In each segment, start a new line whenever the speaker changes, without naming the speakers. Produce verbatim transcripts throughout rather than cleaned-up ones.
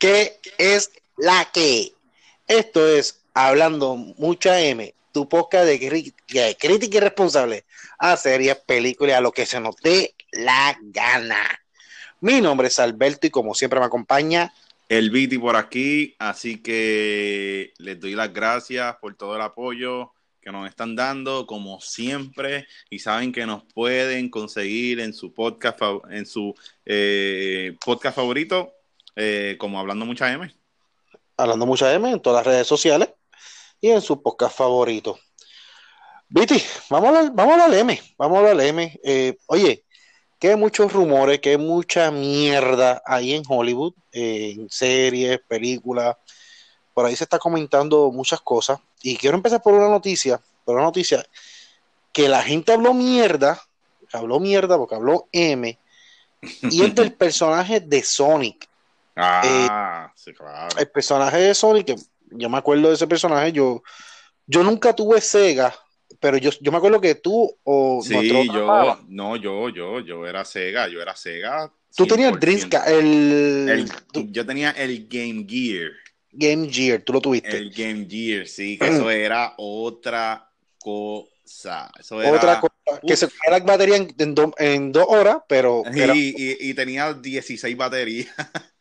¿Qué es la que? Esto es Hablando Mucha M, tu podcast de, cri- de crítica irresponsable a series, películas, a lo que se nos dé la gana. Mi nombre es Alberto y como siempre me acompaña
El Viti por aquí, así que les doy las gracias por todo el apoyo que nos están dando, como siempre, y saben que nos pueden conseguir en su podcast, en su eh, podcast favorito, eh, como Hablando Mucha M.
Hablando Mucha M en todas las redes sociales y en su podcast favorito. Viti, vamos a, vamos a la M, vamos a la M. Eh, oye, que hay muchos rumores, que hay mucha mierda ahí en Hollywood, eh, en series, películas. Por ahí se está comentando muchas cosas. Y quiero empezar por una noticia, por una noticia que la gente habló mierda, habló mierda porque habló M, y es del personaje de Sonic. Eh,
Ah, sí, claro.
el personaje de Sonic, que yo me acuerdo de ese personaje, yo, yo nunca tuve Sega, pero yo, yo me acuerdo que tú o nuestro
Sí,
otro hermano,
yo, no, yo, yo, yo era Sega, yo era Sega
tú
cien
tenías el
por ciento.
Dreamcast, el,
El,
tu-
yo tenía el Game Gear.
Game Gear, tú lo tuviste.
El Game Gear, sí, que eso era otra cosa. Eso
Otra
era,
cosa, que se
uff,
cogía la batería en, en, do- en dos horas, pero era,
y, y, y tenía dieciséis baterías.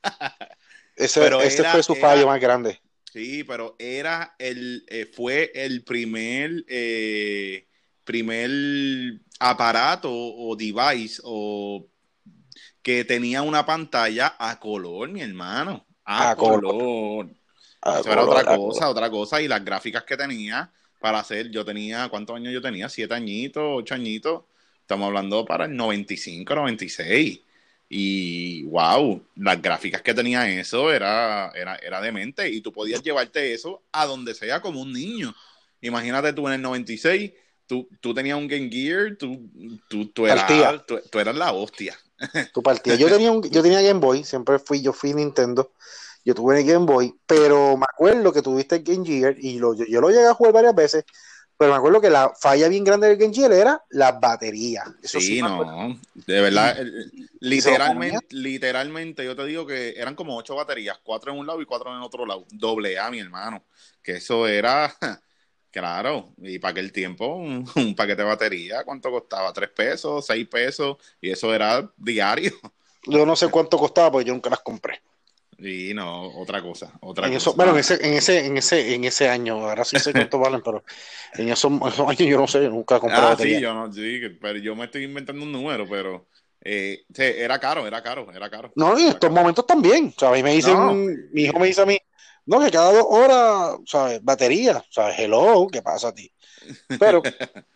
ese,
Pero
ese fue
era,
su fallo
era,
más grande.
sí, pero era el, eh, fue el primer, eh, primer aparato o device o que tenía una pantalla a color, mi hermano, a
A color,
color.
a
Eso era
color,
otra
a color.
cosa, otra cosa. Y las gráficas que tenía para hacer, yo tenía, ¿cuántos años yo tenía? Siete añitos, ocho añitos. Estamos hablando para el noventa y cinco, noventa y seis. Y wow, las gráficas que tenía eso era, era, era demente. Y tú podías llevarte eso a donde sea como un niño. Imagínate tú en el noventa y seis, tú, tú tenías un Game Gear, tú, tú, tú,
Partía,
eras, tú, tú eras la hostia.
tu partida. Yo tenía un, yo tenía Game Boy, siempre fui, yo fui Nintendo, yo tuve el Game Boy, pero me acuerdo que tuviste el Game Gear y lo, yo, yo lo llegué a jugar varias veces, pero me acuerdo que la falla bien grande del Game Gear era las baterías. Eso sí
Sí,
me acuerdo.
no, de
Y,
verdad, el-
y se lo comía.
literalmente, literalmente, yo te digo que eran como ocho baterías, cuatro en un lado y cuatro en el otro lado, doble A, mi hermano, que eso era, claro, y para aquel tiempo, un, un paquete de batería, ¿cuánto costaba? ¿Tres pesos, seis pesos? Y eso era diario,
Yo no sé cuánto costaba, porque yo nunca las compré.
y no, otra cosa, otra
En eso,
cosa,
bueno, en
no.
ese, en ese, en ese, en ese año, ahora sí sé cuánto valen, pero en esos, esos años yo no sé, yo nunca compré
Ah, sí,
batería.
yo no, sí, pero yo me estoy inventando un número, pero eh, sí, era caro, era caro, era caro,
No, y en
era
estos
caro.
momentos también, ¿sabes? Y me
No,
dicen, mi hijo me dice a mí, no, que cada dos horas, ¿sabes? Batería, ¿sabes? Hello, ¿qué pasa a ti? Pero,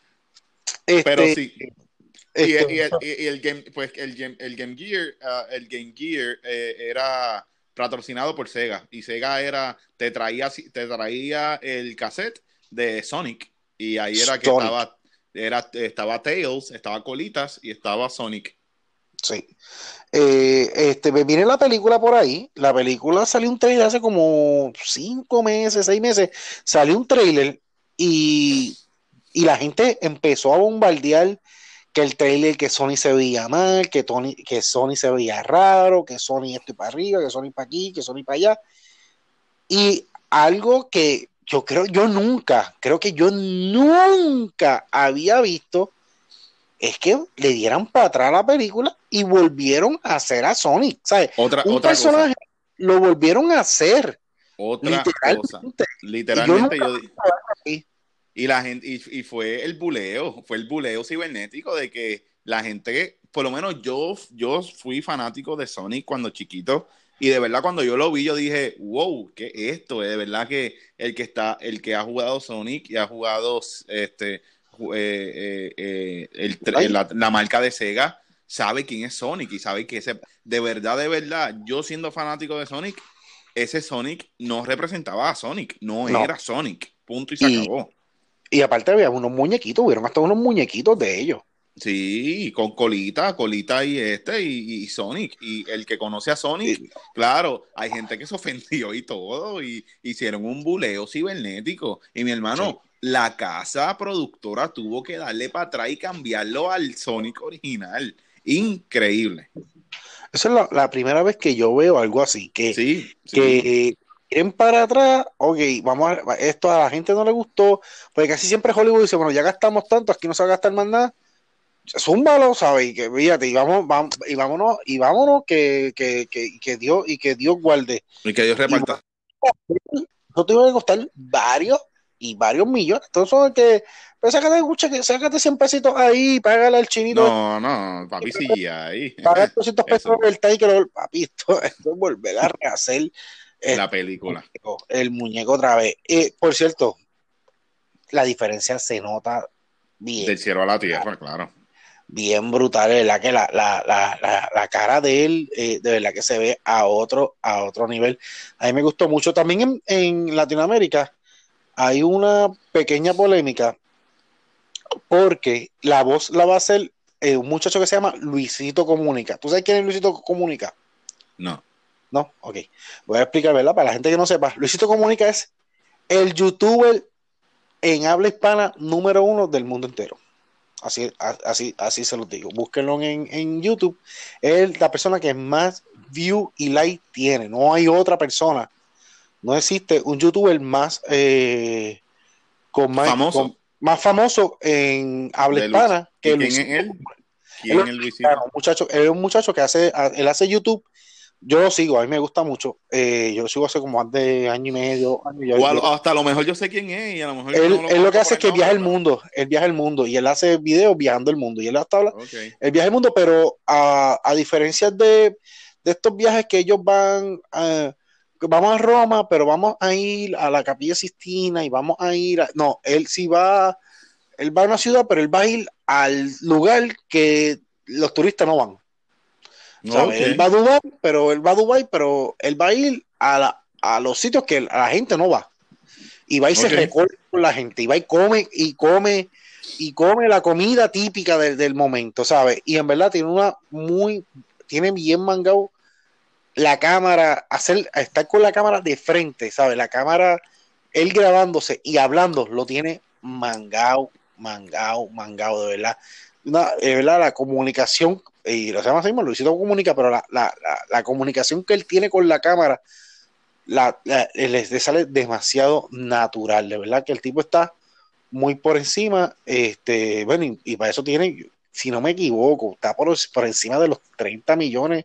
pero
este,
sí. Y,
este,
y el, y el Game, pues el Game, el Game Gear, uh, el Game Gear eh, era patrocinado por Sega. Y Sega era, te traía, te traía el cassette de Sonic. Y ahí era que
Sonic,
estaba, era, estaba Tails, estaba Colitas y estaba Sonic.
sí. Eh, este, me viene la película por ahí, la película salió un trailer hace como cinco meses, seis meses, salió un trailer y, y la gente empezó a bombardear que el trailer, que Sony se veía mal, que, Tony, que Sony se veía raro, que Sony esto y para arriba, que Sony para aquí, que Sony para allá. Y algo que yo creo, yo nunca, creo que yo nunca había visto es que le dieran para atrás a la película y volvieron a hacer a Sonic, ¿sabes?
Otra,
Un
otra cosa,
personaje lo volvieron a hacer,
otra cosa.
literalmente. Y yo
Literalmente
nunca
yo,
vi.
y la gente, y, y fue el buleo, fue el buleo cibernético de que la gente, por lo menos yo, yo fui fanático de Sonic cuando chiquito, y de verdad cuando yo lo vi, yo dije, wow, ¿qué es esto? De verdad que el que está, el que ha jugado Sonic y ha jugado este ju- eh, eh, eh, el, tre-
Ay,
la, la marca de Sega, sabe quién es Sonic y sabe que ese, de verdad, de verdad, yo siendo fanático de Sonic, ese Sonic no representaba a Sonic, no
no.
era Sonic, punto y se
Y,
acabó.
y aparte había unos muñequitos, hubieron hasta unos muñequitos de ellos.
Sí, con Colita, Colita y este y, y Sonic. Y el que conoce a Sonic,
Y,
claro, hay gente que se ofendió y todo, y hicieron un buleo cibernético. Y mi
sí.
hermano, la casa productora tuvo que darle para atrás y cambiarlo al Sonic original. Increíble.
Esa es la, la primera vez que yo veo algo así, que,
Sí, sí.
que quieren para atrás, ok, vamos a, esto a la gente no le gustó, porque casi siempre Hollywood dice, bueno, ya gastamos tanto, aquí no se va a gastar más nada, zúmbalo, ¿sabes? Y que fíjate, y vamos, vamos, y vámonos, y vámonos, que, que, que, que Dios, y que Dios guarde.
Y que Dios
Y
reparta.
eso te iba a costar varios y varios millones. Entonces, que, pues sácate, escucha, que sácate cien pesitos ahí, págale al chinito,
No, no, papi, sí, ahí.
pagar doscientos pesos
Eso,
del take, que lo, papi, esto, esto es volver a rehacer
la
este,
película.
muñeco, el muñeco otra vez. Eh, por cierto, la diferencia se nota bien,
Del cielo a la tierra, claro.
bien brutal, de verdad que la, la, la, la, la cara de él, eh, de verdad que se ve a otro, a otro nivel. A mí me gustó mucho. También en, en Latinoamérica hay una pequeña polémica porque la voz la va a hacer eh, un muchacho que se llama Luisito Comunica. ¿Tú sabes quién es Luisito Comunica?
No.
No, ok. Voy a explicar, ¿verdad? Para la gente que no sepa, Luisito Comunica es el youtuber en habla hispana número uno del mundo entero. Así, así, así se los digo. Búsquenlo en, en YouTube. Es la persona que más view y like tiene. No hay otra persona. No existe un youtuber más, eh, con más, con
Famoso
más famoso en habla
de Luis.
hispana
¿Y
que
quién es
Luisito.
él?
Él es
¿Quién es
un mexicano,
Luisito?
un muchacho, él es un muchacho que hace, él hace YouTube. Yo lo sigo, a mí me gusta mucho. Eh, yo lo sigo hace como más de año y medio. Año, yo,
O a
yo,
lo- hasta a lo mejor yo sé quién es y a lo mejor no
él,
lo
él lo que
conozco
hace
por
es
el
que viaja
nombre,
el
pero.
mundo, él viaja el mundo y él hace videos viajando el mundo y él hasta habla,
Ok,
él viaja el mundo, pero a, a diferencia de, de estos viajes que ellos van, a, vamos a Roma, pero vamos a ir a la Capilla Sistina y vamos a ir, a, no, él sí va, él va a una ciudad, pero él va a ir al lugar que los turistas no van. ¿Sabes?
ok,
Él va a Dubái, pero él va a Dubái, pero él va a ir a, la, a los sitios que la gente no va. Y va y se
ok,
recorre con la gente. Y va y come, y come, y come la comida típica del, del momento, ¿sabes? Y en verdad tiene una muy, tiene bien mangado la cámara, hacer, estar con la cámara de frente, ¿sabes? La cámara, él grabándose y hablando, lo tiene mangao, mangao, mangao, de verdad. Una, de verdad, la comunicación, y lo llama así, Luisito Comunica, pero la, la, la, la, comunicación que él tiene con la cámara, la, la, le sale demasiado natural, de verdad que el tipo está muy por encima, este, bueno, y, y para eso tiene, si no me equivoco, está por, por encima de los treinta millones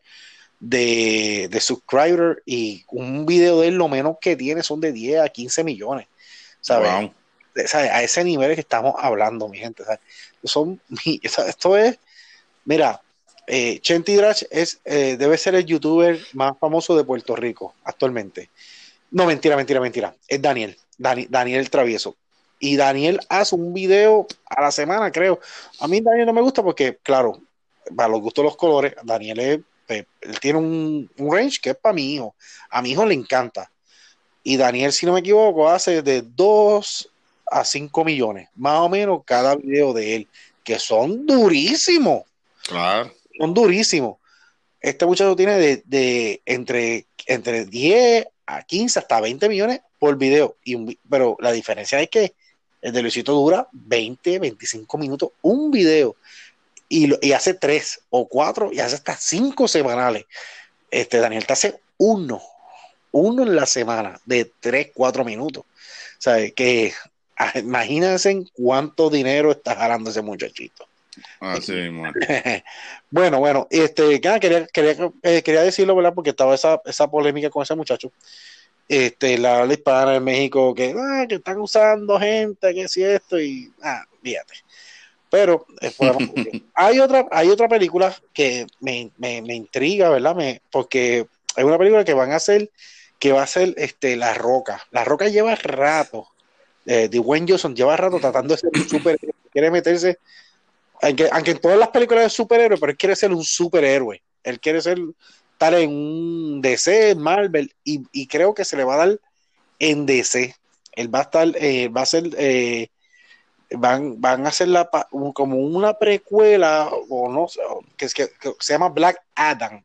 de, de subscribers, y un video de él lo menos que tiene son de diez a quince millones, ¿sabes?
wow.
¿Sabe? A ese nivel que estamos hablando, mi gente. ¿Sabe? Son, esto es, mira, eh, Chenti Drach es, eh, debe ser el youtuber más famoso de Puerto Rico actualmente. No, mentira, mentira, mentira. Es Daniel, Dani, Daniel el Travieso. Y Daniel hace un video a la semana, creo. A mí Daniel no me gusta porque, claro, para los gustos de los colores, Daniel es, eh, él tiene un, un range que es para mi hijo. A mi hijo le encanta. Y Daniel, si no me equivoco, hace de dos a cinco millones, más o menos, cada video de él, que son durísimos,
Claro.
son durísimos. Este muchacho tiene de, de entre, entre diez a quince hasta veinte millones por video. Y un, pero la diferencia es que el de Luisito dura veinte, veinticinco minutos un video. Y, lo, y hace tres o cuatro y hace hasta cinco semanales. Este Daniel te hace uno uno en la semana de tres cuatro minutos. O sea, que imagínense en cuánto dinero está ganando ese muchachito.
Así mismo.
Bueno, bueno, este, quería, quería, eh, quería decirlo, ¿verdad? Porque estaba esa, esa polémica con ese muchacho. Este, la habla hispana en México, que, ah, que están usando gente, que si esto, y, ah, fíjate. Pero eh, podemos, hay, otra, hay otra película que me, me, me intriga, ¿verdad? Me, porque hay una película que van a hacer, que va a ser este, La Roca. La Roca lleva rato, eh, Dwayne Johnson lleva rato tratando de ser un superhéroe, quiere meterse, aunque, aunque en todas las películas es superhéroe, pero él quiere ser un superhéroe, él quiere ser, estar en un D C, Marvel, y, y creo que se le va a dar en D C. Él va a estar, eh, va a ser... Eh, van, van a hacer la, como una precuela, o no sé, que, que, que se llama Black Adam,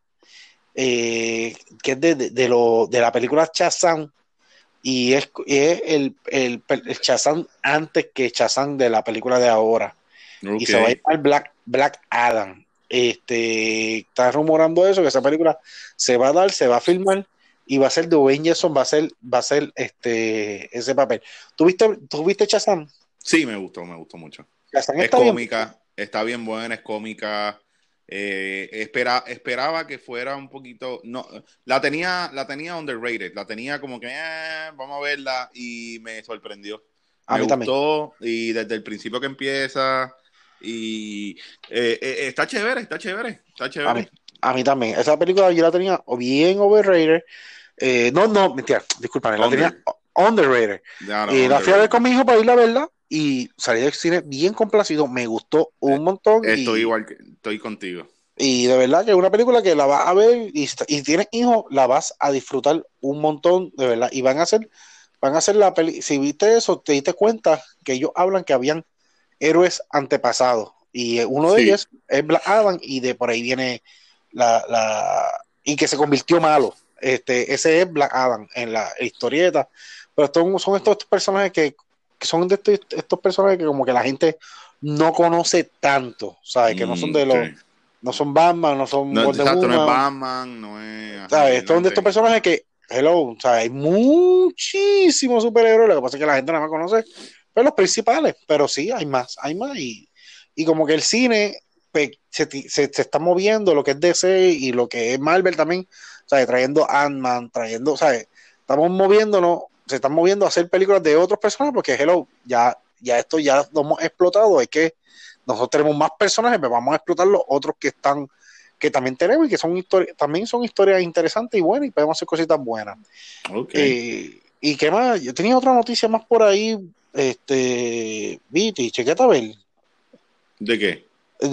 eh, que es de, de, de, lo, de la película Shazam, y es, es el, el, el Shazam antes que Shazam de la película de ahora, y
Ok.
se va a llamar Black, Black Adam. Este, está rumorando eso, que esa película se va a dar, se va a filmar y va a ser de Dwayne Johnson, va a ser, va a ser este, ese papel. ¿Tuviste, ¿tuviste Shazam?
Sí, me gustó, me gustó mucho.
Shazam
Es
está bien.
cómica, está bien buena, es cómica. Eh, espera, esperaba que fuera un poquito. No, la tenía, la tenía underrated, la tenía como que eh, vamos a verla y me sorprendió.
A
Me
mí también.
gustó y desde el principio que empieza y eh, eh, está chévere, está chévere, está
A mí,
chévere.
a mí también. Esa película yo la tenía o bien overrated. Eh, no, no, mentira, discúlpame, la tenía
Under,
underrated.
claro,
Eh, la fui a ver
underrated.
con mi hijo para ir a verla y salí del cine bien complacido. Me gustó
Eh,
un montón
Estoy
y,
igual que, estoy contigo.
y de verdad que es una película que la vas a ver y, si y tienes hijos, la vas a disfrutar un montón, de verdad. Y van a hacer, van a hacer la peli. Si viste eso, te diste cuenta que ellos hablan que habían héroes antepasados. Y eh, uno de
Sí,
ellos es Black Adam y de por ahí viene la, la y que se convirtió malo. Este, ese es Black Adam en la historieta. Pero estos, son estos, estos personajes que, que son de estos, estos personajes que como que la gente no conoce tanto, ¿sabes? Que no son
mm,
de los,
sí.
no son Batman, no son
No,
Wonder
exacto, no es
Woman,
Batman, no es, ajá,
¿sabes?
Green
Estos son de estos
Lantern.
personajes que, hello, ¿sabes? Hay muchísimos superhéroes, lo que pasa es que la gente nada más conoce pues, los principales, pero sí, hay más, hay más. Y, y como que el cine pues, se, se, se está moviendo, lo que es D C y lo que es Marvel también, ¿sabes? Trayendo Ant-Man, trayendo, ¿sabes? Estamos moviéndonos, se están moviendo a hacer películas de otros personajes porque, hello, ya, ya esto ya lo hemos explotado, es que nosotros tenemos más personajes, pero vamos a explotar los otros que están que también tenemos y que son historias, también son historias interesantes y buenas y podemos hacer cositas buenas.
Ok.
Eh, ¿Y qué más? Yo tenía otra noticia más por ahí, este, Viti, chequeta a ver,
¿De qué?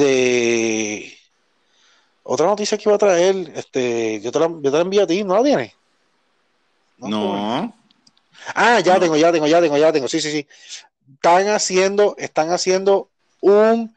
de otra noticia que iba a traer, este, yo te la, yo te la envío a ti, ¿no la tienes? No, qué bueno.
No,
Ah, ya
no.
tengo, ya tengo, ya tengo, ya tengo, sí, sí, sí. Están haciendo, están haciendo un,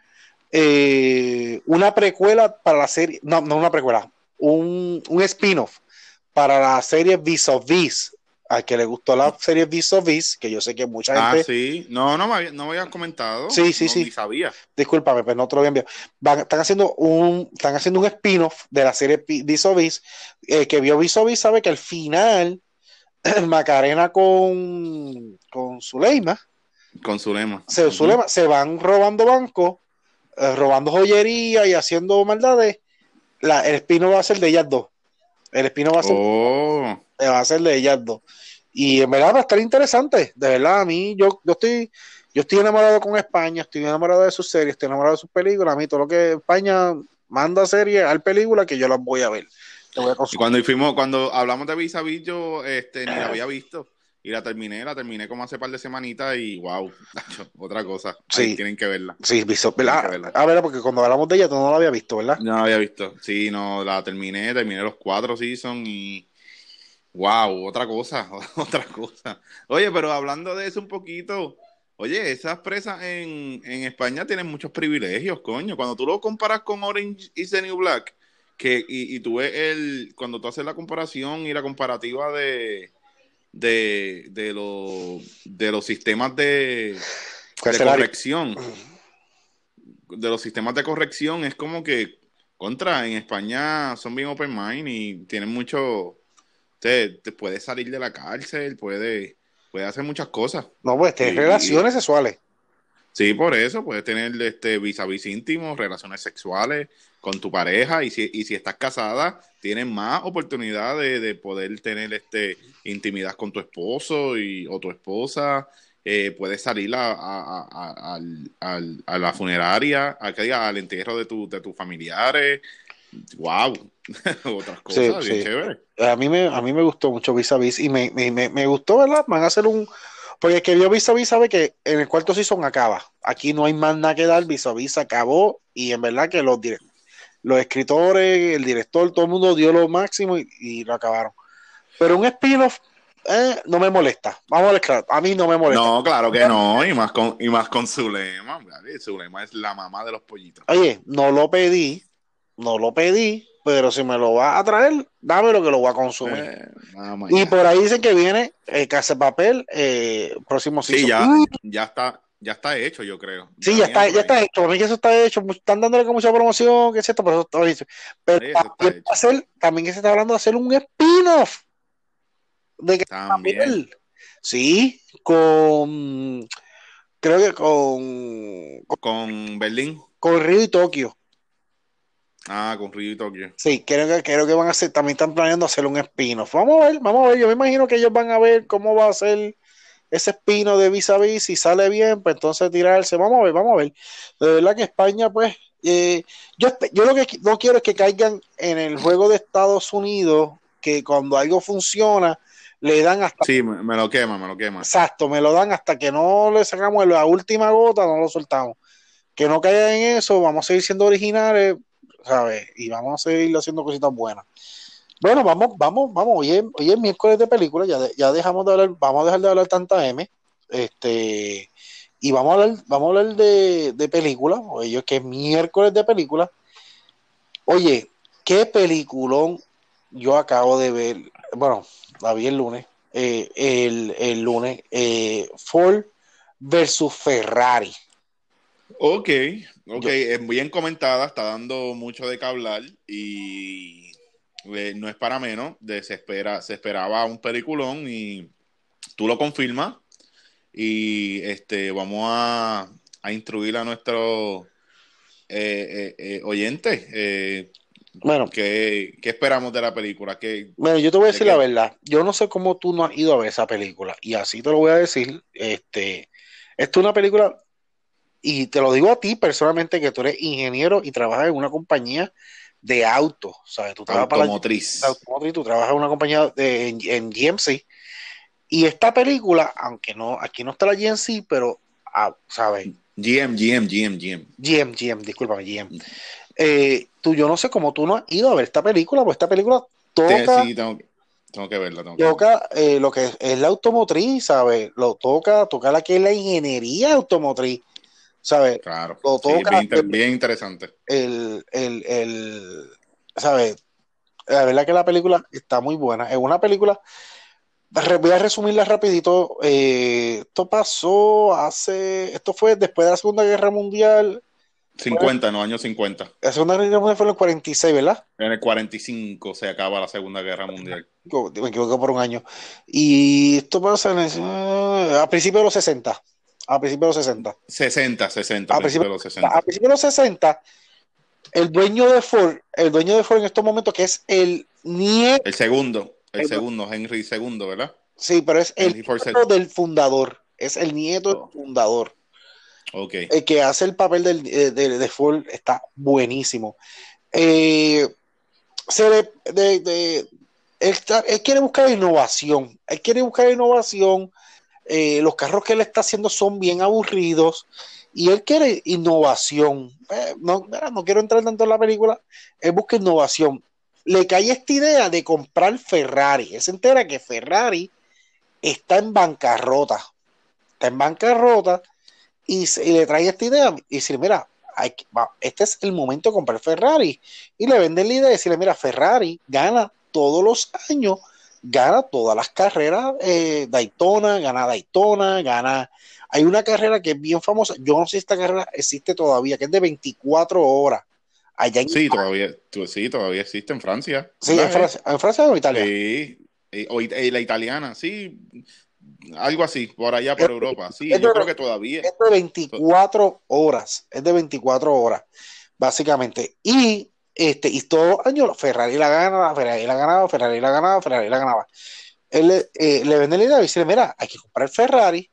eh, una precuela para la serie, no, no una precuela, un, un spin-off para la serie Vis of Vis. Al que le gustó la serie Vis of Vis, que yo sé que mucha
Ah,
gente.
sí. No, no me, había- no me habías comentado.
Sí, sí,
No,
sí.
ni sabía.
Discúlpame, pero no te lo voy a enviar. Van- están haciendo un, están haciendo un spin-off de la serie Vis of Vis. Eh, que vio Vis of Vis sabe que al final Macarena con, con Zuleima,
Con su lema.
se,
Ujú.
Zulema, se van robando bancos, eh, robando joyería y haciendo maldades. La, el spin-off va a ser de ellas dos. El spin-off va a ser,
Oh,
va a ser de ellas dos. Y en verdad va a estar interesante. De verdad, a mí, yo, yo estoy, yo estoy enamorado con España, estoy enamorado de sus series, estoy enamorado de sus películas. A mí todo lo que España manda series, hay películas que yo las voy a ver, que voy a
y
consumir.
cuando fuimos, cuando hablamos de Vis a Vis, yo este, ni la había visto. Y la terminé, la terminé como hace par de semanitas y wow, otra cosa. Ahí
Sí,
tienen que verla.
sí, visto,
Tienen que
¿verdad?
verla.
A ver, porque cuando hablamos de ella, tú no la habías visto, ¿verdad?
No la había visto. Sí, no, la terminé, terminé los cuatro seasons y wow, otra cosa, otra cosa. Oye, pero hablando de eso un poquito, oye, esas presas en, en España tienen muchos privilegios, coño. Cuando tú lo comparas con Orange is the New Black, que, y, y tú ves el, cuando tú haces la comparación y la comparativa de, de, de, lo- de los sistemas de, de
Carcelario.
corrección, de los sistemas de corrección, es como que contra, en España son bien open mind y tienen mucho te, te puede salir de la cárcel, puede, puede hacer muchas cosas.
No, pues, tener
Y, y-
relaciones sexuales.
sí, por eso, puedes tener este vis a vis íntimos, relaciones sexuales con tu pareja, y si, y si estás casada, tienes más oportunidad de, de poder tener este intimidad con tu esposo y, o tu esposa. Eh, puedes salir a, a, a, al- al- a la funeraria, a, que diga, al entierro de, tu, de tus familiares. Wow, otras
Sí,
cosas, bien
sí.
chévere.
A mí me, a mí me gustó mucho Vis a Vis y me, me, me, me gustó, ¿verdad? Van a hacer un. Porque el que vio Vis a Vis sabe que en el cuarto season acaba. Aquí no hay más nada que dar. Vis a Vis acabó y en verdad que los, direct- los escritores, el director, todo el mundo dio lo máximo y, y lo acabaron. Pero un spin-off eh, no me molesta. Vamos a ver, claro, a mí no me molesta.
No, claro que no, y más con, y más con Zulema. ¿Vale? Zulema es la mamá de los pollitos.
Oye, no lo pedí, no lo pedí, pero si me lo vas a traer, dame lo que lo voy a consumir.
Eh, vamos
Y
allá.
por ahí dicen que viene eh, Casa de Papel, eh, próximo
Sí,
season.
ya,
Uh,
ya está, ya está hecho, yo creo.
Sí,
Ya
ya
viene
está,
por
ya
ahí.
está hecho. Para mí que eso está hecho. Están dándole con mucha promoción, que es cierto, pero eso está hecho. Pero
Sí, eso está
también va a
hecho.
hacer, también que se está hablando de hacer un spin-off de que
También.
sí, con creo que con, con,
Con Berlín.
con Río y Tokio.
Ah, con Río y Tokio.
Sí, creo que, creo que van a hacer, también están planeando hacer un spin-off. Vamos a ver, vamos a ver. Yo me imagino que ellos van a ver cómo va a ser ese spin-off de Vis a Vis. Si sale bien, pues entonces tirarse. Vamos a ver, vamos a ver. De verdad que España, pues, eh, yo, espe- yo lo que qui- no quiero es que caigan en el juego de Estados Unidos, que cuando algo funciona, le dan hasta,
Sí, me, me lo quema, me lo quema.
exacto, me lo dan hasta que no le sacamos la última gota, no lo soltamos. Que no caigan en eso, vamos a seguir siendo originales, ¿sabes? Y vamos a seguir haciendo cositas buenas. Bueno, vamos, vamos, vamos. Hoy es, hoy es miércoles de película, ya, de- ya dejamos de hablar, vamos a dejar de hablar tanta M. Este, y vamos a hablar, vamos a hablar de, de películas, oye, que es miércoles de película. Oye, qué peliculón yo acabo de ver. Bueno, la vi el lunes. eh, el, el lunes. eh, Ford versus Ferrari.
Ok, ok,
Yo,
es bien comentada, está dando mucho de qué hablar y eh, no es para menos, de, se, espera, se esperaba un peliculón y tú lo confirmas y este, vamos a, a instruir a nuestros eh, eh, eh, oyentes eh,
bueno,
qué, qué esperamos de la película, qué,
Bueno, yo te voy a
de
decir la
qué,
verdad. Yo no sé cómo tú no has ido a ver esa película. Y así te lo voy a decir. Este, esto es una película, y te lo digo a ti personalmente, que tú eres ingeniero y trabajas en una compañía de autos. ¿Sabes? Tú trabajas para la, la
automotriz.
automotriz, tú trabajas en una compañía de, en, en G M C. Y esta película, aunque no, aquí no está la G M C, pero, ah, ¿sabes?
G M, G M, G M, G M.
G M, G M, discúlpame, G M. Eh, tú, yo no sé cómo tú no has ido a ver esta película, pues esta película
Te-
toca
sí, tengo, tengo que verla, tengo que verla.
toca eh, lo que es, es la automotriz, ¿sabes? Lo toca, toca la que es la ingeniería automotriz, ¿sabes?
Claro,
Lo
sí, es
toca
bien, inter-
el,
bien interesante.
el, el, el- ¿sabes? La verdad que la película está muy buena. Es una película, re- voy a resumirla rapidito. eh, esto pasó hace, esto fue después de la Segunda Guerra Mundial. Fue,
cincuenta, en los años cincuenta.
la Segunda Guerra Mundial fue en el cuarenta y seis, ¿verdad?
En el cuarenta y cinco se acaba la Segunda Guerra Mundial.
Me equivoqué por un año. Y esto pasa en el- a principios de los sesenta. A principios de los sesenta.
sesenta, sesenta, a
A
principios
principios,
de los
a
sesenta.
principios de los sesenta, el dueño de Ford, el dueño de Ford en estos momentos, que es el nieto,
El segundo, el
el-
segundo, Henry segundo, ¿verdad?
sí, pero es el
Henry Ford.
nieto del fundador, es el nieto del
Oh,
fundador.
ok.
El que hace el papel del, eh, de, de Ford está buenísimo. Eh, se le, de, de, él, está- él quiere buscar innovación, él quiere buscar innovación. Eh, los carros que él está haciendo son bien aburridos y él quiere innovación. Eh, no, no quiero entrar tanto en la película, él busca innovación. Le cae esta idea de comprar Ferrari. Él se entera que Ferrari está en bancarrota. Está en bancarrota y, se, y le trae esta idea y dice, mira, hay que, va, este es el momento de comprar Ferrari. Y le venden la idea de decirle, mira, Ferrari gana todos los años, gana todas las carreras, eh, Daytona, gana Daytona, gana... Hay una carrera que es bien famosa, yo no sé si esta carrera existe todavía, que es de veinticuatro horas. Allá en,
Sí, todavía, tu- sí, todavía existe en Francia,
sí, en
¿verdad? Eh?
Francia, en Francia o en Italia.
Sí, y, o it- y la italiana, sí, algo así, por allá,
Es,
por Europa. Sí,
es de,
yo creo que todavía.
es de veinticuatro horas, es de veinticuatro horas, básicamente. Y, este, y todos los años Ferrari la gana, Ferrari la ganaba, Ferrari la ganaba, Ferrari la ganaba. Él le, eh, le vende la idea y dice, mira, hay que comprar Ferrari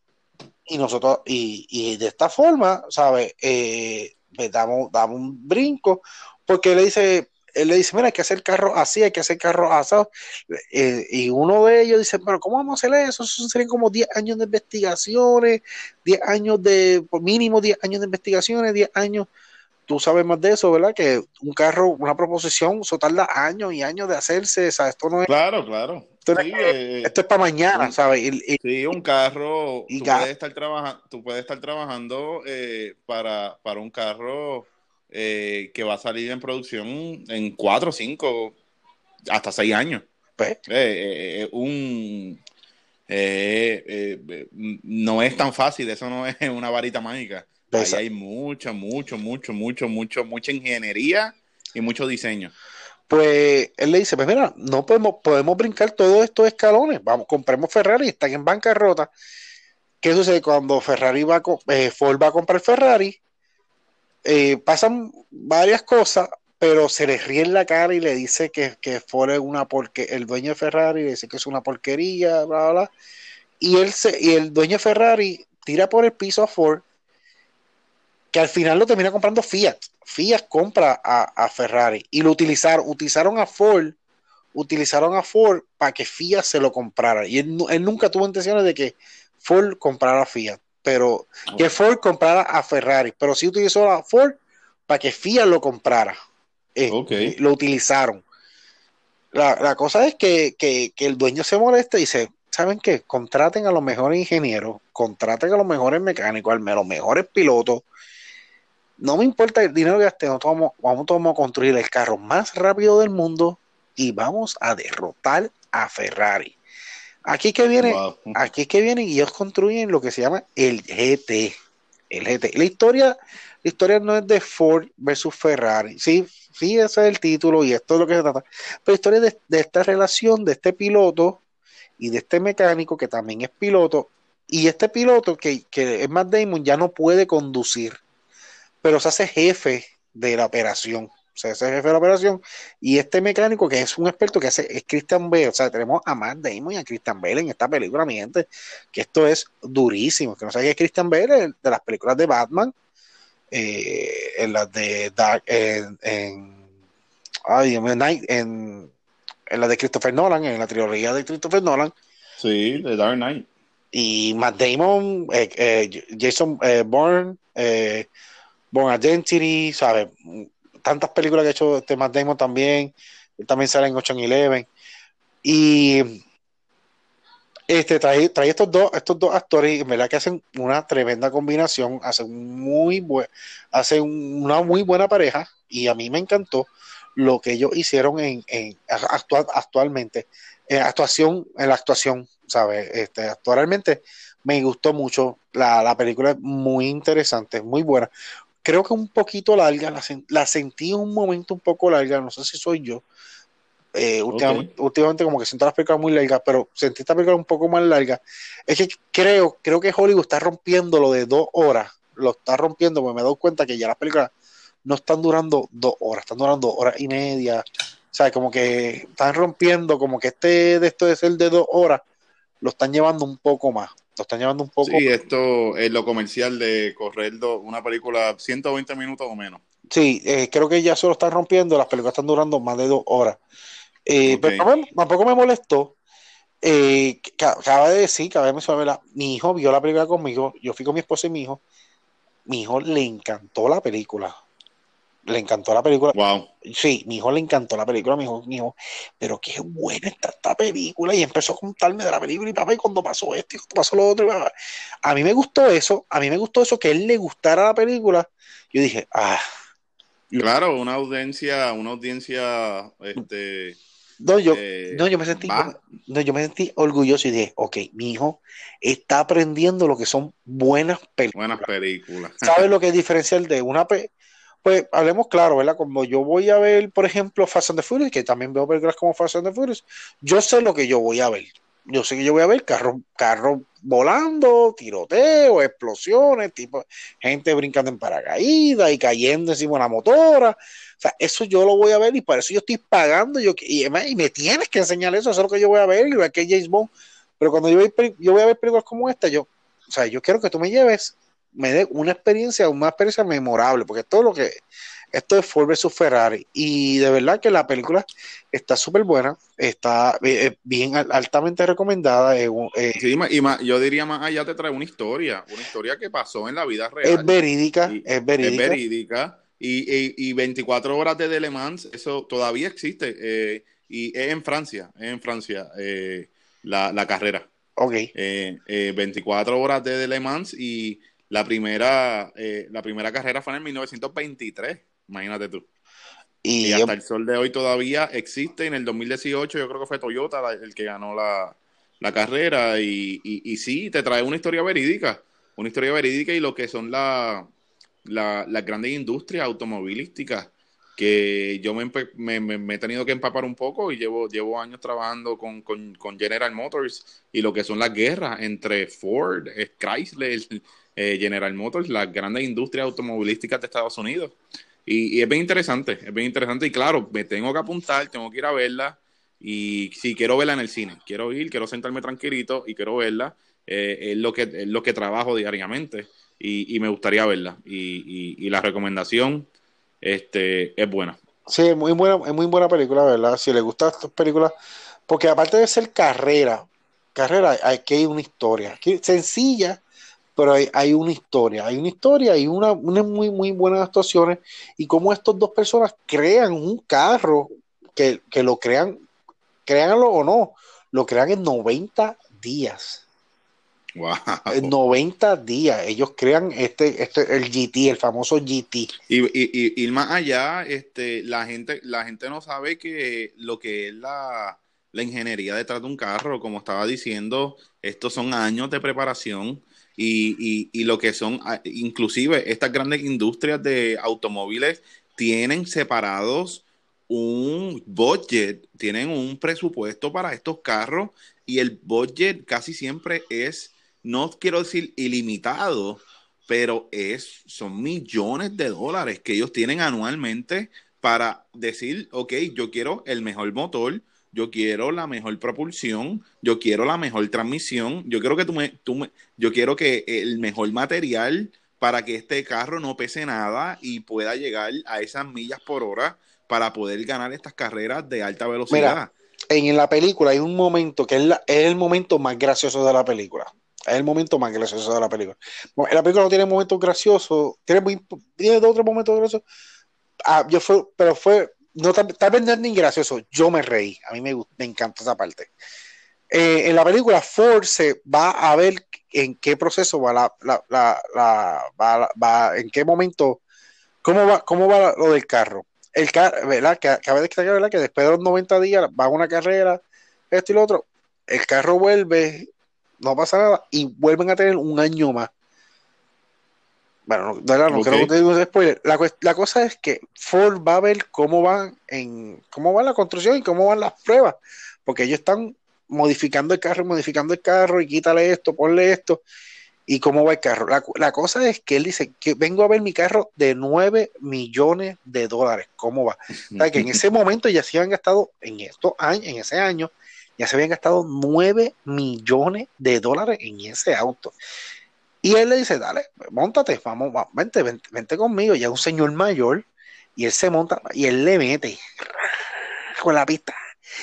y nosotros, y, y de esta forma, ¿sabes? Eh, pues damos, damos un brinco, porque él le dice, él le dice, mira, hay que hacer carro así, hay que hacer carro asado. Eh, y uno de ellos dice, pero ¿cómo vamos a hacer eso? Eso serían como diez años de investigaciones, diez años de, por mínimo diez años de investigaciones, diez años. Tú sabes más de eso, ¿verdad? Que un carro, una proposición, eso tarda años y años de hacerse, ¿sabes? Esto no es,
Claro, claro.
esto, no es
Sí,
que-
eh,
esto es para mañana,
un,
¿sabes? Y, y,
sí, un carro,
y
tú puedes estar trabajando, tú puedes estar trabajando eh, para, para un carro eh, que va a salir en producción en cuatro, cinco, hasta seis años.
pues,
Eh, eh, eh, un Eh, eh, eh, no es tan fácil, eso no es una varita mágica. Ahí
Esa-
hay mucho, mucho, mucho, mucho, mucho, mucha ingeniería y mucho diseño.
Pues él le dice, pues mira, no podemos, podemos brincar todos estos escalones, vamos, compremos Ferrari, están en bancarrota. ¿Qué sucede cuando Ferrari va a, co- eh, Ford va a comprar Ferrari? Eh, pasan varias cosas, pero se le ríe en la cara y le dice que, que Ford es una porque el dueño de Ferrari le dice que es una porquería, bla, bla, bla. Y, él se, y el dueño de Ferrari tira por el piso a Ford, que al final lo termina comprando Fiat. Fiat compra a, a Ferrari y lo utilizaron, utilizaron a Ford, utilizaron a Ford para que Fiat se lo comprara. Y él, él nunca tuvo intenciones de que Ford comprara a Fiat, pero que Ford comprara a Ferrari, pero sí utilizó a Ford para que Fiat lo comprara.
Ok.
Este, lo utilizaron. La, la cosa es que, que, que, el dueño se molesta y dice, ¿saben qué? Contraten a los mejores ingenieros, contraten a los mejores mecánicos, a los mejores pilotos. No me importa el dinero que gastemos, vamos, vamos, vamos a construir el carro más rápido del mundo y vamos a derrotar a Ferrari. Aquí que viene,
Wow.
aquí que vienen y ellos construyen lo que se llama el G T. El G T. La historia, la historia no es de Ford versus Ferrari. Sí, sí, ese es el título y esto es lo que se trata. Pero la historia de, de esta relación de este piloto y de este mecánico que también es piloto. Y este piloto que, que es Matt Damon ya no puede conducir, pero se hace jefe de la operación. Se hace jefe de la operación. Y este mecánico, que es un experto, que hace, es Christian Bale. O sea, tenemos a Matt Damon y a Christian Bale en esta película, mi gente, que esto es durísimo. Que no sé qué es Christian Bale de las películas de Batman, eh, en las de Dark, en, en, ay, Dios mío, Night, en, en la de Christopher Nolan, en la trilogía de Christopher Nolan.
Sí, The Dark Knight.
Y Matt Damon, eh, eh, Jason eh, Bourne, eh, Born Identity, ¿sabes? Tantas películas que ha hecho este Matt Damon también. Él también sale en Ocean Eleven. Y este, trae, trae estos dos, estos dos actores, y en verdad que hacen una tremenda combinación, hacen muy buen, hacen una muy buena pareja, y a mí me encantó lo que ellos hicieron en, en actual, actualmente, en actuación, en la actuación, ¿sabes? Este, actualmente me gustó mucho, la, la película es muy interesante, muy buena. Creo que un poquito larga, la, la sentí en un momento un poco larga, no sé si soy yo. Eh,
Ok.
últimamente, últimamente como que siento las películas muy largas, pero sentí esta película un poco más larga. Es que creo, creo que Hollywood está rompiendo lo de dos horas, lo está rompiendo, porque me doy cuenta que ya las películas no están durando dos horas, están durando dos horas y media. O sea, como que están rompiendo, como que este de esto de ser de dos horas, lo están llevando un poco más. Lo están llevando un poco.
Sí, esto es lo comercial de correr do- una película ciento veinte minutos o menos.
Sí, eh, creo que ya se lo están rompiendo, las películas están durando más de dos horas. Eh,
Ok.
pero no me- tampoco me molestó. Eh, ca- acaba de decir, acaba de mencionar, mi hijo vio la película conmigo, yo fui con mi esposa y mi hijo, mi hijo le encantó la película, le encantó la película,
Wow.
sí, mi hijo le encantó la película, mi hijo, mi hijo, pero qué buena está esta película, y empezó a contarme de la película, y papá, y cuando pasó esto, y cuando pasó lo otro, y papá. A mí me gustó eso, a mí me gustó eso, que a él le gustara la película, yo dije, ah, lo-
Claro, una audiencia, una audiencia, este,
no, yo,
eh,
no, yo me sentí, yo,
va,
no, yo me sentí orgulloso y dije, ok, mi hijo está aprendiendo lo que son buenas
buenas
películas.
películas.
¿Sabes lo que es diferencial de una pe Pues hablemos claro, ¿verdad? Como yo voy a ver, por ejemplo, Fast and the Furious, que también veo películas como Fast and the Furious, yo sé lo que yo voy a ver. Yo sé que yo voy a ver carros carro volando, tiroteo, explosiones, tipo gente brincando en paracaídas y cayendo encima de la motora. O sea, eso yo lo voy a ver y para eso yo estoy pagando. Yo, y, además, y me tienes que enseñar eso, eso es lo que yo voy a ver, igual que James Bond. Pero cuando yo voy, yo voy a ver películas como esta, yo, o sea, yo quiero que tú me lleves, me dé una experiencia, una experiencia memorable, porque todo lo que esto es Ford versus Ferrari y de verdad que la película está súper buena, está eh, bien altamente recomendada, eh, eh,
Sí, ma- y más, yo diría más allá te trae una historia, una historia que pasó en la vida
es
real
verídica,
y
es
es
verídica.
verídica y, y, y veinticuatro horas de Le Mans, eso todavía existe eh, y es en Francia, es en Francia eh, la, la carrera.
Ok.
Eh, eh, veinticuatro horas de Le Mans y la primera, eh, la primera carrera fue en el mil novecientos veintitrés, imagínate tú. Y
Y
hasta el sol de hoy todavía existe. En el dos mil dieciocho yo creo que fue Toyota la- el que ganó la, la carrera y, y, y sí, te trae una historia verídica, una historia verídica y lo que son la, la, las grandes industrias automovilísticas que yo me, empe- me, me- me he tenido que empapar un poco y llevo, llevo años trabajando con, con, con General Motors y lo que son las guerras entre Ford, eh, Chrysler, eh, General Motors, las grandes industrias automovilísticas de Estados Unidos. Y, y es bien interesante, es bien interesante y claro, me tengo que apuntar, tengo que ir a verla y sí, quiero verla en el cine, quiero ir, quiero sentarme tranquilito y quiero verla, eh, es, lo que, es lo que trabajo diariamente y, y me gustaría verla y, y, y la recomendación este, es buena.
Sí, es muy buena, es muy buena película, ¿verdad? Si le gustan estas películas, porque aparte de ser carrera, carrera, aquí hay una historia, aquí, sencilla, pero hay, hay una historia, hay una historia y una, una muy, muy buenas actuaciones y cómo estas dos personas crean un carro que, que lo crean, créanlo o no, lo crean en noventa días. En
Wow.
noventa días, ellos crean este, este, el G T, el famoso G T.
Y, y, y ir más allá, este, la gente, la gente no sabe que lo que es la, la ingeniería detrás de un carro, como estaba diciendo, estos son años de preparación y, y, y lo que son, ah, inclusive estas grandes industrias de automóviles tienen separados un budget, tienen un presupuesto para estos carros y el budget casi siempre es, no quiero decir ilimitado, pero es, son millones de dólares que ellos tienen anualmente para decir, ok, yo quiero el mejor motor, yo quiero la mejor propulsión, yo quiero la mejor transmisión, yo quiero que tú me, tú me, yo quiero que el mejor material para que este carro no pese nada y pueda llegar a esas millas por hora para poder ganar estas carreras de alta
Mira,
velocidad.
en la película hay un momento que es, la- es el momento más gracioso de la película. Es el momento más gracioso de la película. Bueno, la película no tiene momentos graciosos, tiene, muy, tiene dos o tres momentos graciosos. Ah, yo fue, pero fue, no tal, tal vez no es ni gracioso, yo me reí, a mí me, gust- me encanta esa parte. Eh, en la película Ford se va a ver en qué proceso va la, la, la, la- va, la- va- en qué momento, cómo va, cómo va lo del carro. El carro, ¿verdad? Que cabe destacar, ¿verdad? Que después de los noventa días va a una carrera, esto y lo otro, el carro vuelve, no pasa nada, y vuelven a tener un año más. Bueno, no, de verdad, no
Ok.
quiero que te diga un spoiler. La, cuest- la cosa es que Ford va a ver cómo van en cómo va la construcción y cómo van las pruebas, porque ellos están modificando el carro, modificando el carro y quítale esto, ponle esto y cómo va el carro. La, la cosa es que él dice que vengo a ver mi carro de nueve millones de dólares, ¿cómo va? O sea, que en ese momento ya se habían gastado, en estos años, en ese año, ya se habían gastado nueve millones de dólares en ese auto. Y él le dice, dale, montate, vamos, va, vente, vente, vente conmigo. Ya es un señor mayor y él se monta y él le mete con la pista.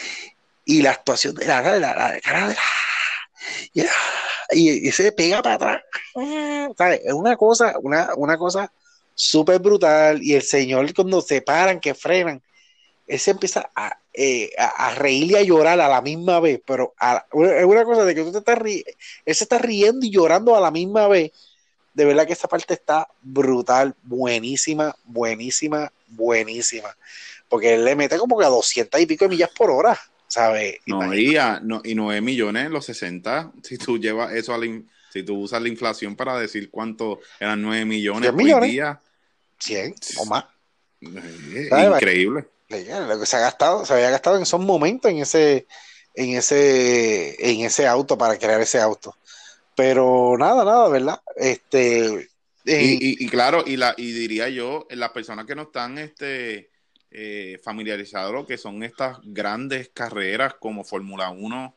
Y la actuación de la, la, la, la cara de la, y, y, y se pega para atrás. ¿Sabes? Es una cosa, una, una cosa súper brutal. Y el señor cuando se paran, que frenan, él se empieza a, eh, a, a reír y a llorar a la misma vez. Pero a, es una cosa de que tú te estás riendo, él se está riendo y llorando a la misma vez. De verdad que esa parte está brutal, buenísima, buenísima, buenísima. Porque él le mete como que a doscientas y pico de millas por hora, ¿sabes?
No, y, a, no, y nueve millones en los sesenta si tú llevas eso a la, in- si tú usas la inflación para decir cuánto eran nueve millones
cien
hoy
millones,
día,
cien o más.
eh,
¿Sabes?
increíble.
Lo que se ha gastado, se había gastado en esos momentos en ese, en ese, en ese auto para crear ese auto. Pero nada, nada, ¿verdad? Este,
Y,
en,
y, y claro, y la y diría yo, las personas que no están este, eh, familiarizados lo que son estas grandes carreras como Fórmula Uno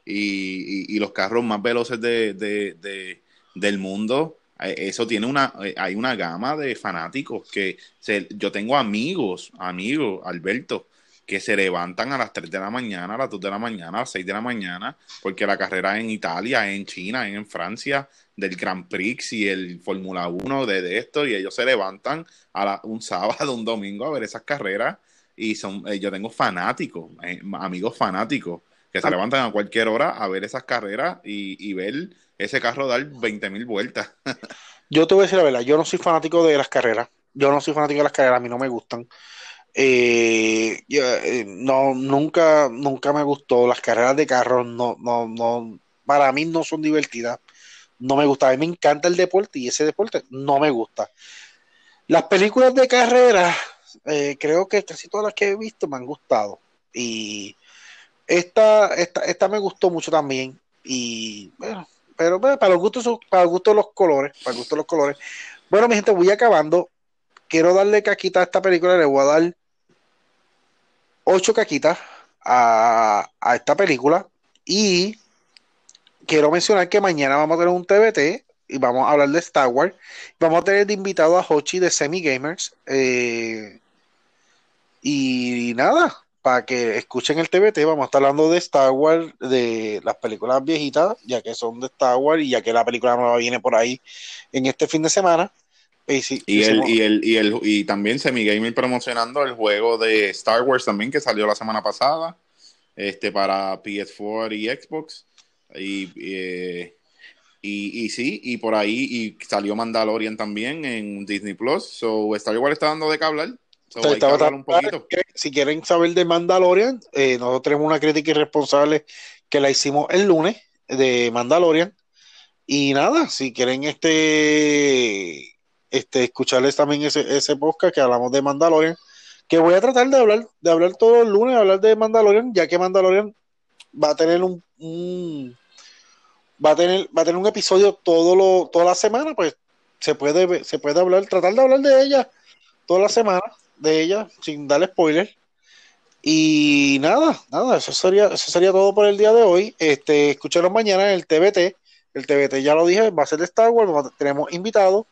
y, y- y los carros más veloces de, de- de- del mundo, eh, eso tiene una, eh, hay una gama de fanáticos que se, yo tengo amigos, amigos, Alberto, que se levantan a las tres de la mañana, a las dos de la mañana, a las seis de la mañana, porque la carrera es en Italia, es en China, es en Francia del Grand Prix y el Fórmula Uno de, de esto y ellos se levantan a la- un sábado, un domingo a ver esas carreras y son, eh, yo tengo fanáticos, eh, amigos fanáticos que se levantan a cualquier hora a ver esas carreras y, y ver ese carro dar veinte mil vueltas.
yo te voy a decir la verdad, yo no soy fanático de las carreras. Yo no soy fanático de las carreras, a mí no me gustan. Eh, yo, eh, no, nunca, nunca me gustó. Las carreras de carros no, no, no, para mí no son divertidas. No me gusta. A mí me encanta el deporte y ese deporte no me gusta. Las películas de carrera, eh, creo que casi todas las que he visto me han gustado. Y esta, esta, esta me gustó mucho también. Y bueno, pero bueno, para los gustos, para el gusto de los colores, para el gusto de los colores. Bueno, mi gente, voy acabando. Quiero darle caquita a esta película, le voy a dar ocho caquitas a, a esta película. Y quiero mencionar que mañana vamos a tener un T V T y vamos a hablar de Star Wars. Vamos a tener de invitado a Hochi de Semi Gamers. Eh, y nada, para que escuchen el T V T, vamos a estar hablando de Star Wars, de las películas viejitas, ya que son de Star Wars y ya que la película nueva viene por ahí en este fin de semana. Y, si,
Y el,
hicimos,
y el, y el, y también Semigamer promocionando el juego de Star Wars también que salió la semana pasada, este para P S cuatro y Xbox. Y, eh, y, y sí, y por ahí y salió Mandalorian también en Disney Plus. So Star Wars está dando de qué hablar. So hay que hablar un poquito.
si quieren saber de Mandalorian, eh, nosotros tenemos una crítica irresponsable que la hicimos el lunes de Mandalorian. Y nada, si quieren este, este escucharles también ese, ese podcast que hablamos de Mandalorian, que voy a tratar de hablar, de hablar todo el lunes, hablar de Mandalorian, ya que Mandalorian va a tener un, un va a tener, va a tener un episodio todo lo, toda la semana, pues se puede, se puede hablar, tratar de hablar de ella toda la semana, de ella, sin darle spoiler. Y nada, nada, eso sería, eso sería todo por el día de hoy. Este, escúchanos mañana en el T V T. El T V T ya lo dije, va a ser de Star Wars, vamos a- tenemos invitados.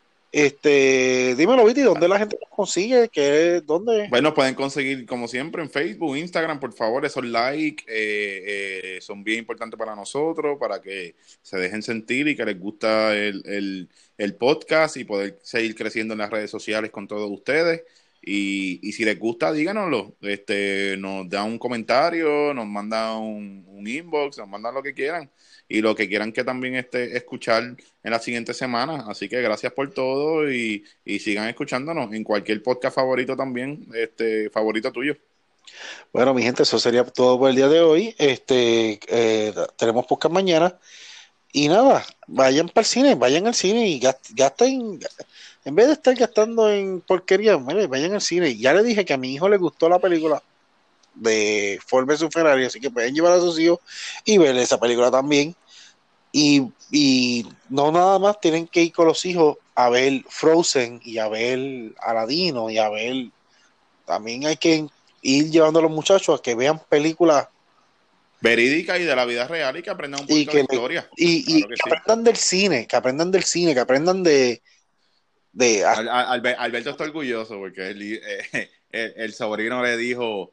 Este, dímelo, Viti, ¿dónde la gente nos consigue? ¿Qué, dónde?
Bueno, pueden conseguir como siempre en Facebook, Instagram, por favor, esos likes eh, eh, son bien importantes para nosotros, para que se dejen sentir y que les gusta el, el, el podcast y poder seguir creciendo en las redes sociales con todos ustedes. Y, y si les gusta, díganoslo, este, nos da un comentario, nos manda un, un inbox, nos mandan lo que quieran y lo que quieran que también este, escuchar en la siguiente semana. Así que gracias por todo y, y sigan escuchándonos en cualquier podcast favorito también, este favorito tuyo.
Bueno, mi gente, eso sería todo por el día de hoy. Este, eh, tenemos podcast mañana. Y nada, vayan para el cine, vayan al cine y gast- gasten, en vez de estar gastando en porquería, mire, vayan al cine. Ya le dije que a mi hijo le gustó la película de Ford versus Ferrari, así que pueden llevar a sus hijos y ver esa película también. Y, y no nada más tienen que ir con los hijos a ver Frozen y a ver Aladino y a ver, también hay que ir llevando a los muchachos a que vean películas
Verídica y de la vida real y que aprendan un
y
poquito de
que,
historia.
y, y
Claro que
que
sí.
aprendan del cine, que aprendan del cine, que aprendan de, de
Al, al, Alberto está orgulloso porque el, eh, el, el sobrino le dijo,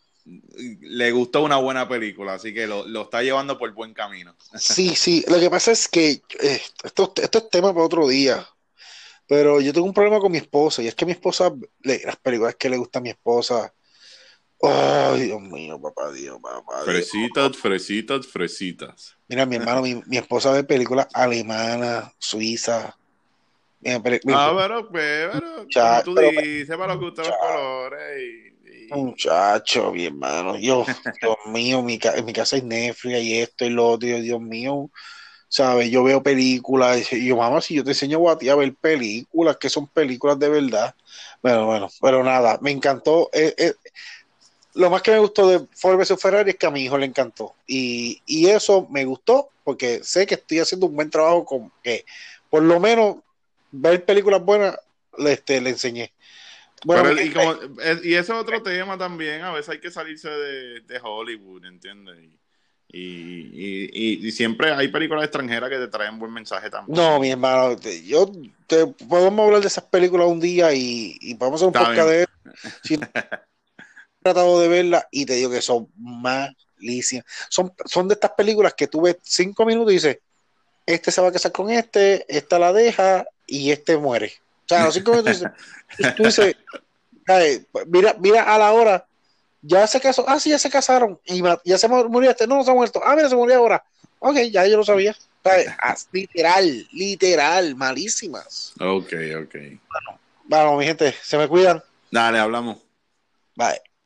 le gustó una buena película, así que lo, lo está llevando por buen camino.
sí, sí, lo que pasa es que eh, esto, esto es tema para otro día, pero yo tengo un problema con mi esposa y es que mi esposa, le- las películas que le gustan a mi esposa, ay, Dios mío, papá Dios, papá Dios.
Fresitas, fresitas, fresitas.
Mira, mi hermano, mi, mi esposa ve películas alemanas, suizas, mi, peli- mi
Ah, pero, pero, como
mucha-
tú
pero
dices, para los gustos
mucha-
los colores. Y, y-
muchacho, mi hermano, yo, Dios mío, mi, ca- en mi casa hay Netflix y esto y lo otro, y yo, Dios mío, ¿sabes? Yo veo películas y yo, mamá, si yo te enseño a ti a ver películas, que son películas de verdad. Bueno, bueno, pero nada, me encantó. Eh, eh, lo más que me gustó de Ford versus Ferrari es que a mi hijo le encantó. Y, y eso me gustó porque sé que estoy haciendo un buen trabajo con que por lo menos ver películas buenas le, este, le enseñé. Bueno, mi
pero, y, como,
gente,
es- y ese es otro tema también, a veces hay que salirse de, de Hollywood, ¿entiendes? Y, y, y, y siempre hay películas extranjeras que te traen buen mensaje
no,
también.
mi hermano, te- yo te, podemos hablar de esas películas un día y, y podemos hacer un
Está
podcast
bien.
de eso. Si no he tratado de verla y te digo que son malísimas. Son, son de estas películas que tú ves cinco minutos y dices, este se va a casar con este, esta la deja y este muere. O sea, a los cinco minutos dices, tú dices, "Ay, mira, mira a la hora, ya se casó, ah, sí, ya se casaron, y ma- ya se murió este, no, no se ha muerto, ah, mira, se murió ahora. Ok, ya yo lo sabía. O sea, as- literal, literal, malísimas.
Ok, ok.
Bueno, mi gente, se me cuidan.
Dale, hablamos.
Bye.